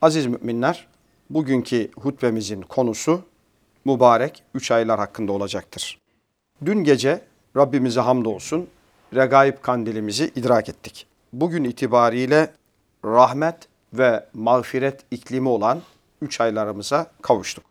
Aziz müminler, bugünkü hutbemizin konusu mübarek 3 aylar hakkında olacaktır. Dün gece Rabbimize hamdolsun Regaib kandilimizi idrak ettik. Bugün itibariyle rahmet ve mağfiret iklimi olan 3 aylarımıza kavuştuk.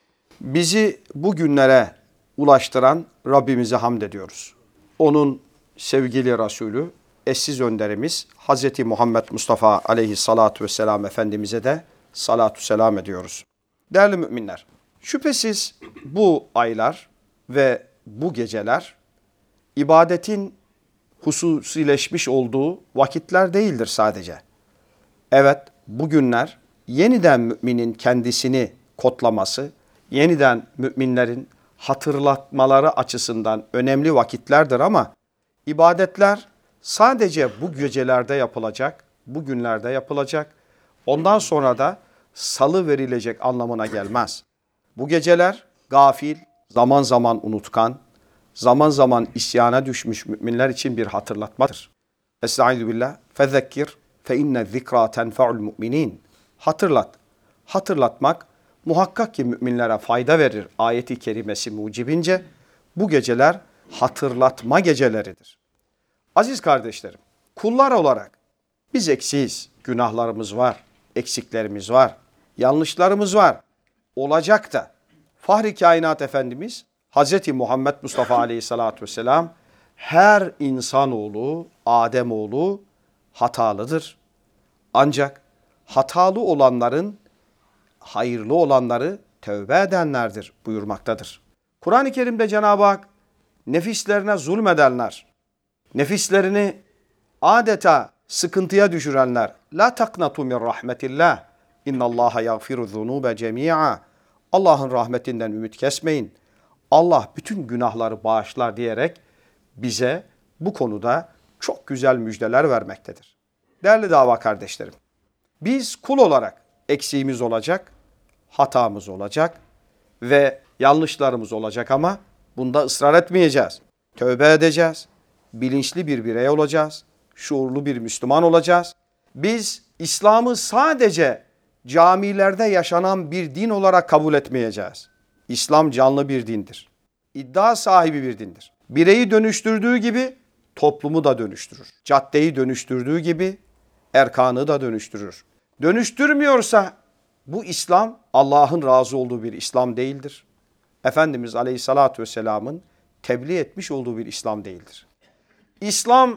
Bizi bu günlere ulaştıran Rabbimize hamd ediyoruz. Onun sevgili Resulü, eşsiz önderimiz Hz. Muhammed Mustafa aleyhissalatu vesselam Efendimiz'e de salatu selam ediyoruz. Değerli müminler, şüphesiz bu aylar ve bu geceler ibadetin hususileşmiş olduğu vakitler değildir sadece. Evet, bu günler yeniden müminin kendisini kodlaması, yeniden müminlerin hatırlatmaları açısından önemli vakitlerdir ama ibadetler sadece bu gecelerde yapılacak, bu günlerde yapılacak, ondan sonra da salı verilecek anlamına gelmez. Bu geceler gafil, zaman zaman unutkan, zaman zaman isyana düşmüş müminler için bir hatırlatmadır. Estaizu billah, fezekkir fe inne zikra tenfa'ul mu'minin. Hatırlat. Hatırlatmak muhakkak ki müminlere fayda verir ayeti kerimesi mucibince bu geceler hatırlatma geceleridir. Aziz kardeşlerim, kullar olarak biz eksiyiz, günahlarımız var, eksiklerimiz var, yanlışlarımız var. Olacak da Fahri Kainat Efendimiz Hz. Muhammed Mustafa Aleyhisselatü Vesselam her insanoğlu, Ademoğlu hatalıdır. Ancak hatalı olanların hayırlı olanları tövbe edenlerdir buyurmaktadır. Kur'an-ı Kerim'de Cenab-ı Hak nefislerine zulmedenler, nefislerini adeta sıkıntıya düşürenler, la taknatu min rahmetillah, innallaha yaghfiru zunube cemi'a. Allah'ın rahmetinden ümit kesmeyin. Allah bütün günahları bağışlar diyerek bize bu konuda çok güzel müjdeler vermektedir. Değerli dava kardeşlerim, biz kul olarak eksiğimiz olacak, hatamız olacak ve yanlışlarımız olacak ama bunda ısrar etmeyeceğiz. Tövbe edeceğiz, bilinçli bir birey olacağız, şuurlu bir Müslüman olacağız. Biz İslam'ı sadece camilerde yaşanan bir din olarak kabul etmeyeceğiz. İslam canlı bir dindir. İddia sahibi bir dindir. Bireyi dönüştürdüğü gibi toplumu da dönüştürür. Caddeyi dönüştürdüğü gibi erkanı da dönüştürür. Dönüştürmüyorsa bu İslam Allah'ın razı olduğu bir İslam değildir. Efendimiz Aleyhisselatü Vesselam'ın tebliğ etmiş olduğu bir İslam değildir. İslam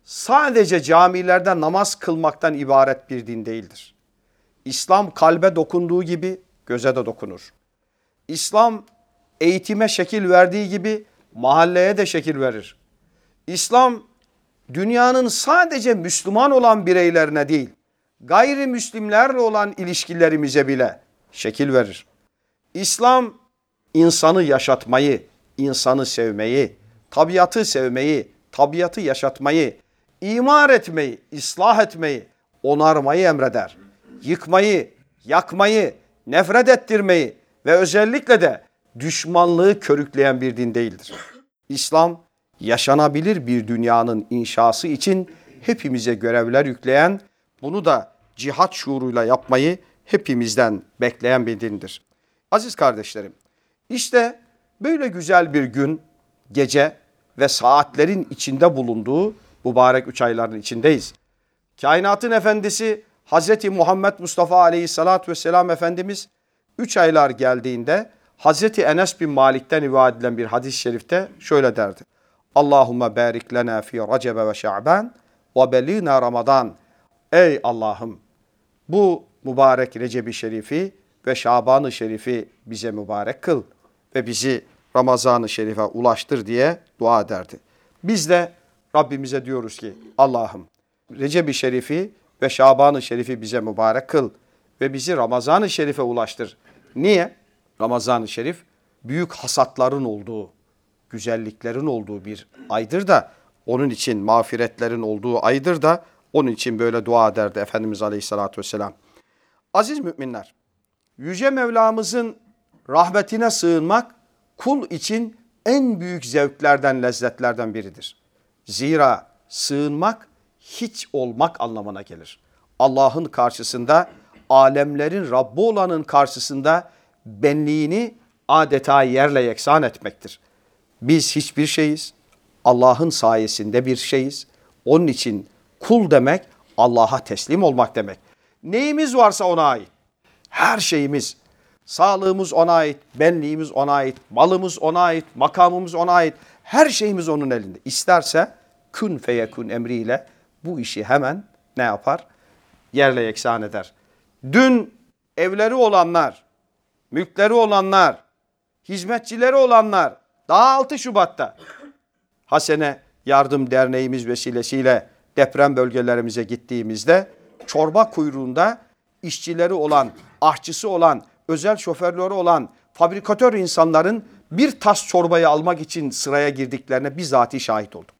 sadece camilerde namaz kılmaktan ibaret bir din değildir. İslam kalbe dokunduğu gibi göze de dokunur. İslam eğitime şekil verdiği gibi mahalleye de şekil verir. İslam dünyanın sadece Müslüman olan bireylerine değil, gayrimüslimlerle olan ilişkilerimize bile şekil verir. İslam insanı yaşatmayı, insanı sevmeyi, tabiatı sevmeyi, tabiatı yaşatmayı, imar etmeyi, ıslah etmeyi, onarmayı emreder. Yıkmayı, yakmayı, nefret ettirmeyi ve özellikle de düşmanlığı körükleyen bir din değildir. İslam, yaşanabilir bir dünyanın inşası için hepimize görevler yükleyen, bunu da cihat şuuruyla yapmayı hepimizden bekleyen bir dindir. Aziz kardeşlerim, işte böyle güzel bir gün, gece ve saatlerin içinde bulunduğu mübarek 3 ayların içindeyiz. Kainatın efendisi Hz. Muhammed Mustafa Aleyhisselatü Vesselam Efendimiz 3 aylar geldiğinde Hz. Enes bin Malik'ten rivayet edilen bir hadis-i şerifte şöyle derdi. Allahümme barik lena fi Recebe ve Şa'ban ve belina Ramazan. Ey Allah'ım, bu mübarek Recep-i Şerifi ve Şaban-ı Şerifi bize mübarek kıl ve bizi Ramazan-ı Şerif'e ulaştır diye dua ederdi. Biz de Rabbimize diyoruz ki Allah'ım Recep-i Şerifi ve Şaban-ı Şerif'i bize mübarek kıl ve bizi Ramazan-ı Şerif'e ulaştır. Niye? Ramazan-ı Şerif büyük hasatların olduğu, güzelliklerin olduğu bir aydır da onun için mağfiretlerin olduğu aydır da onun için böyle dua ederdi Efendimiz Aleyhisselatü Vesselam. Aziz müminler, Yüce Mevlamızın rahmetine sığınmak kul için en büyük zevklerden, lezzetlerden biridir. Zira sığınmak hiç olmak anlamına gelir. Allah'ın karşısında alemlerin Rabbi olanın karşısında benliğini adeta yerle yeksan etmektir. Biz hiçbir şeyiz. Allah'ın sayesinde bir şeyiz. Onun için kul demek Allah'a teslim olmak demek. Neyimiz varsa ona ait. Her şeyimiz, sağlığımız ona ait, benliğimiz ona ait, malımız ona ait, makamımız ona ait. Her şeyimiz onun elinde. İsterse kün feyekün emriyle bu işi hemen ne yapar? Yerle yeksan eder. Dün evleri olanlar, mülkleri olanlar, hizmetçileri olanlar daha 6 Şubat'ta Hasene Yardım Derneğimiz vesilesiyle deprem bölgelerimize gittiğimizde çorba kuyruğunda işçileri olan, aşçısı olan, özel şoförleri olan, fabrikatör insanların bir tas çorbayı almak için sıraya girdiklerine bizatihi şahit oldum.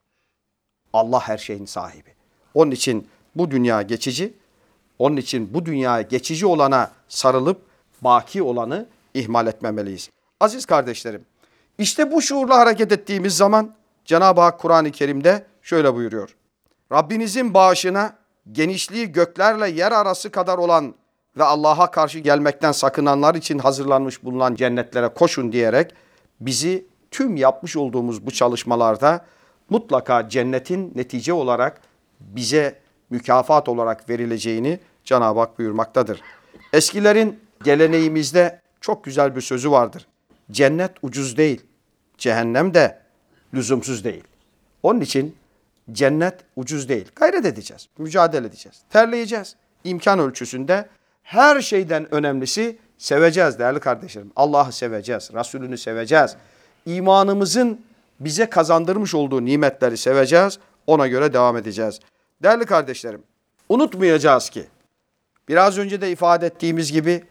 Allah her şeyin sahibi. Onun için bu dünya geçici, onun için bu dünya geçici olana sarılıp baki olanı ihmal etmemeliyiz. Aziz kardeşlerim, işte bu şuurla hareket ettiğimiz zaman Cenab-ı Hak Kur'an-ı Kerim'de şöyle buyuruyor. Rabbinizin bağışına genişliği göklerle yer arası kadar olan ve Allah'a karşı gelmekten sakınanlar için hazırlanmış bulunan cennetlere koşun diyerek bizi tüm yapmış olduğumuz bu çalışmalarda mutlaka cennetin netice olarak bize mükafat olarak verileceğini Cenab-ı Hak buyurmaktadır. Eskilerin geleneğimizde çok güzel bir sözü vardır. Cennet ucuz değil, cehennem de lüzumsuz değil. Onun için cennet ucuz değil. Gayret edeceğiz, mücadele edeceğiz, terleyeceğiz. İmkan ölçüsünde her şeyden önemlisi seveceğiz değerli kardeşlerim. Allah'ı seveceğiz, Resulünü seveceğiz. İmanımızın bize kazandırmış olduğu nimetleri seveceğiz, ona göre devam edeceğiz. Değerli kardeşlerim, unutmayacağız ki biraz önce de ifade ettiğimiz gibi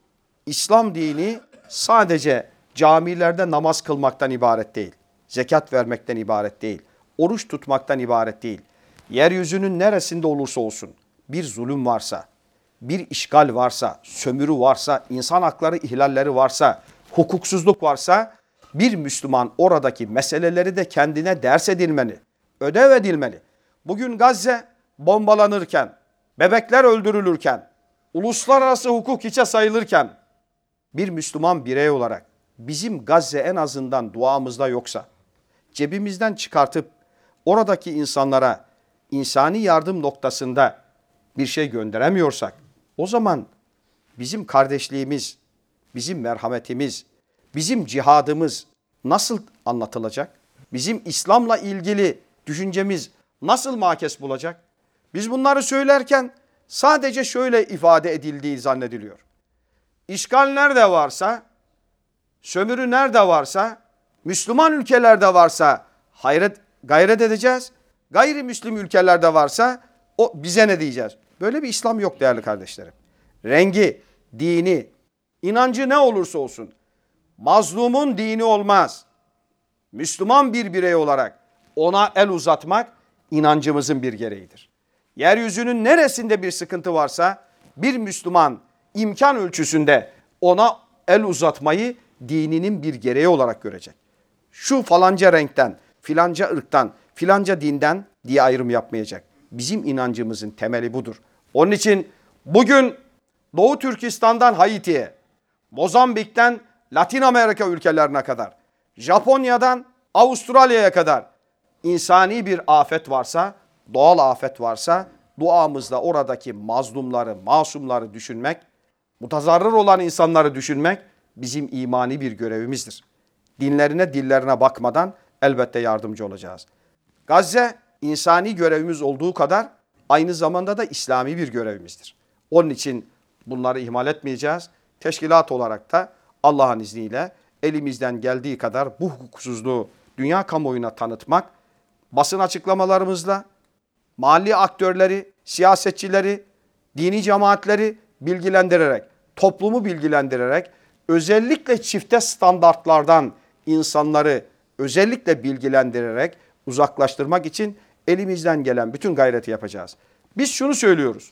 İslam dini sadece camilerde namaz kılmaktan ibaret değil. Zekat vermekten ibaret değil. Oruç tutmaktan ibaret değil. Yeryüzünün neresinde olursa olsun bir zulüm varsa, bir işgal varsa, sömürü varsa, insan hakları ihlalleri varsa, hukuksuzluk varsa bir Müslüman oradaki meseleleri de kendine ders edilmeli, ödev edilmeli. Bugün Gazze bombalanırken, bebekler öldürülürken, uluslararası hukuk hiçe sayılırken bir Müslüman birey olarak bizim Gazze en azından duamızda yoksa, cebimizden çıkartıp oradaki insanlara insani yardım noktasında bir şey gönderemiyorsak, o zaman bizim kardeşliğimiz, bizim merhametimiz, bizim cihadımız nasıl anlatılacak? Bizim İslam'la ilgili düşüncemiz nasıl makes bulacak? Biz bunları söylerken sadece şöyle ifade edildiği zannediliyor. İşgal nerede varsa, sömürü nerede varsa, Müslüman ülkelerde varsa gayret edeceğiz. Gayrimüslim ülkelerde varsa o bize ne diyeceğiz? Böyle bir İslam yok değerli kardeşlerim. Rengi, dini, inancı ne olursa olsun mazlumun dini olmaz. Müslüman bir birey olarak ona el uzatmak inancımızın bir gereğidir. Yeryüzünün neresinde bir sıkıntı varsa bir Müslüman imkan ölçüsünde ona el uzatmayı dininin bir gereği olarak görecek. Şu falanca renkten, filanca ırktan, filanca dinden diye ayrım yapmayacak. Bizim inancımızın temeli budur. Onun için bugün Doğu Türkistan'dan Haiti'ye, Mozambik'ten Latin Amerika ülkelerine kadar, Japonya'dan Avustralya'ya kadar insani bir afet varsa, doğal afet varsa duamızda oradaki mazlumları, masumları düşünmek, mutazarrır olan insanları düşünmek bizim imani bir görevimizdir. Dinlerine, dillerine bakmadan elbette yardımcı olacağız. Gazze insani görevimiz olduğu kadar aynı zamanda da İslami bir görevimizdir. Onun için bunları ihmal etmeyeceğiz. Teşkilat olarak da Allah'ın izniyle elimizden geldiği kadar bu hukuksuzluğu dünya kamuoyuna tanıtmak, basın açıklamalarımızla mahalli aktörleri, siyasetçileri, dini cemaatleri bilgilendirerek, toplumu bilgilendirerek, özellikle çifte standartlardan insanları özellikle bilgilendirerek uzaklaştırmak için elimizden gelen bütün gayreti yapacağız. Biz şunu söylüyoruz.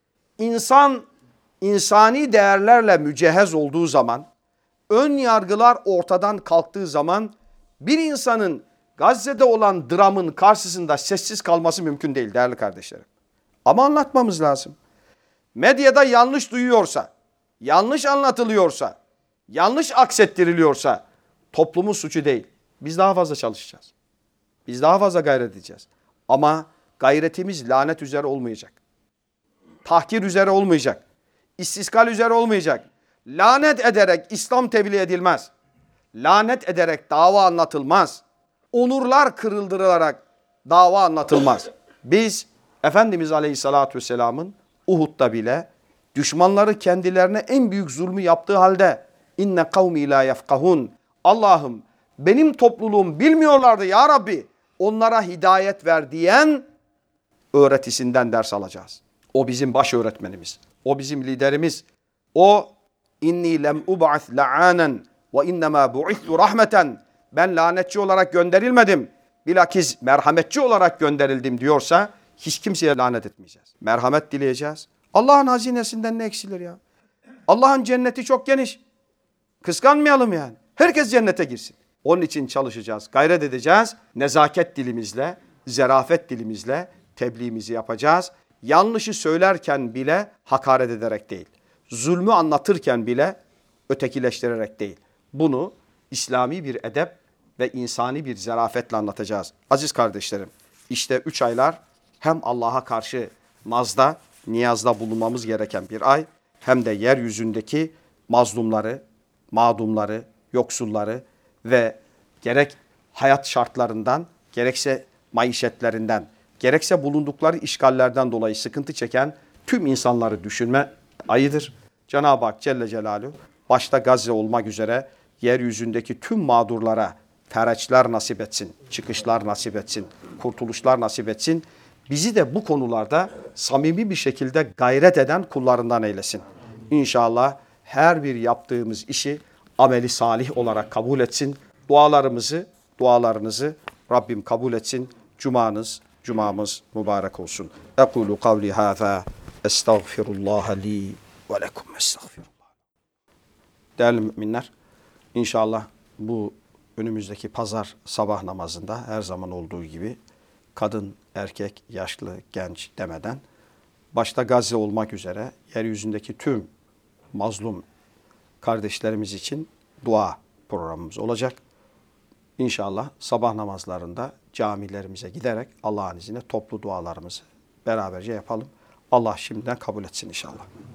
İnsan insani değerlerle mücehhez olduğu zaman, ön yargılar ortadan kalktığı zaman bir insanın Gazze'de olan dramın karşısında sessiz kalması mümkün değil değerli kardeşlerim. Ama anlatmamız lazım. medyada yanlış duyuyorsa, yanlış anlatılıyorsa, yanlış aksettiriliyorsa toplumun suçu değil. Biz daha fazla çalışacağız. Biz daha fazla gayret edeceğiz. Ama gayretimiz lanet üzere olmayacak. Tahkir üzere olmayacak. İstiskal üzere olmayacak. Lanet ederek İslam tebliğ edilmez. Lanet ederek dava anlatılmaz. Onurlar kırıldırılarak dava anlatılmaz. Biz Efendimiz Aleyhisselatü Vesselam'ın Uhud'da bile düşmanları kendilerine en büyük zulmü yaptığı halde inne kavmi la yefkahun. Allah'ım benim topluluğum bilmiyorlardı ya Rabbi. Onlara hidayet ver diyen öğretisinden ders alacağız. O bizim baş öğretmenimiz. O bizim liderimiz. O inni lem ub'as la'anen ve innema bu'ithu rahmeten. Ben lanetçi olarak gönderilmedim. Bilakis merhametçi olarak gönderildim diyorsa hiç kimseye lanet etmeyeceğiz. Merhamet dileyeceğiz. Allah'ın hazinesinden ne eksilir ya? Allah'ın cenneti çok geniş. Kıskanmayalım yani. Herkes cennete girsin. Onun için çalışacağız, gayret edeceğiz. Nezaket dilimizle, zerafet dilimizle tebliğimizi yapacağız. Yanlışı söylerken bile hakaret ederek değil. Zulmü anlatırken bile ötekileştirerek değil. Bunu İslami bir edep ve insani bir zarafetle anlatacağız. Aziz kardeşlerim, işte 3 aylar hem Allah'a karşı nazda, niyazda bulunmamız gereken bir ay, hem de yeryüzündeki mazlumları, mağdumları, yoksulları ve gerek hayat şartlarından, gerekse maişetlerinden, gerekse bulundukları işgallerden dolayı sıkıntı çeken tüm insanları düşünme ayıdır. Cenab-ı Hak Celle Celaluhu başta Gazze olmak üzere yeryüzündeki tüm mağdurlara fereçler nasip etsin, çıkışlar nasip etsin, kurtuluşlar nasip etsin. Bizi de bu konularda samimi bir şekilde gayret eden kullarından eylesin. İnşallah her bir yaptığımız işi ameli salih olarak kabul etsin. Dualarınızı Rabbim kabul etsin. Cumamız mübarek olsun. Ekulu kavli hâzâ estağfirullah li ve lekum estağfirullah. Değerli müminler, inşallah bu önümüzdeki pazar sabah namazında her zaman olduğu gibi kadın, erkek, yaşlı, genç demeden başta Gazze olmak üzere yeryüzündeki tüm mazlum kardeşlerimiz için dua programımız olacak. İnşallah sabah namazlarında camilerimize giderek Allah'ın izniyle toplu dualarımızı beraberce yapalım. Allah şimdiden kabul etsin inşallah.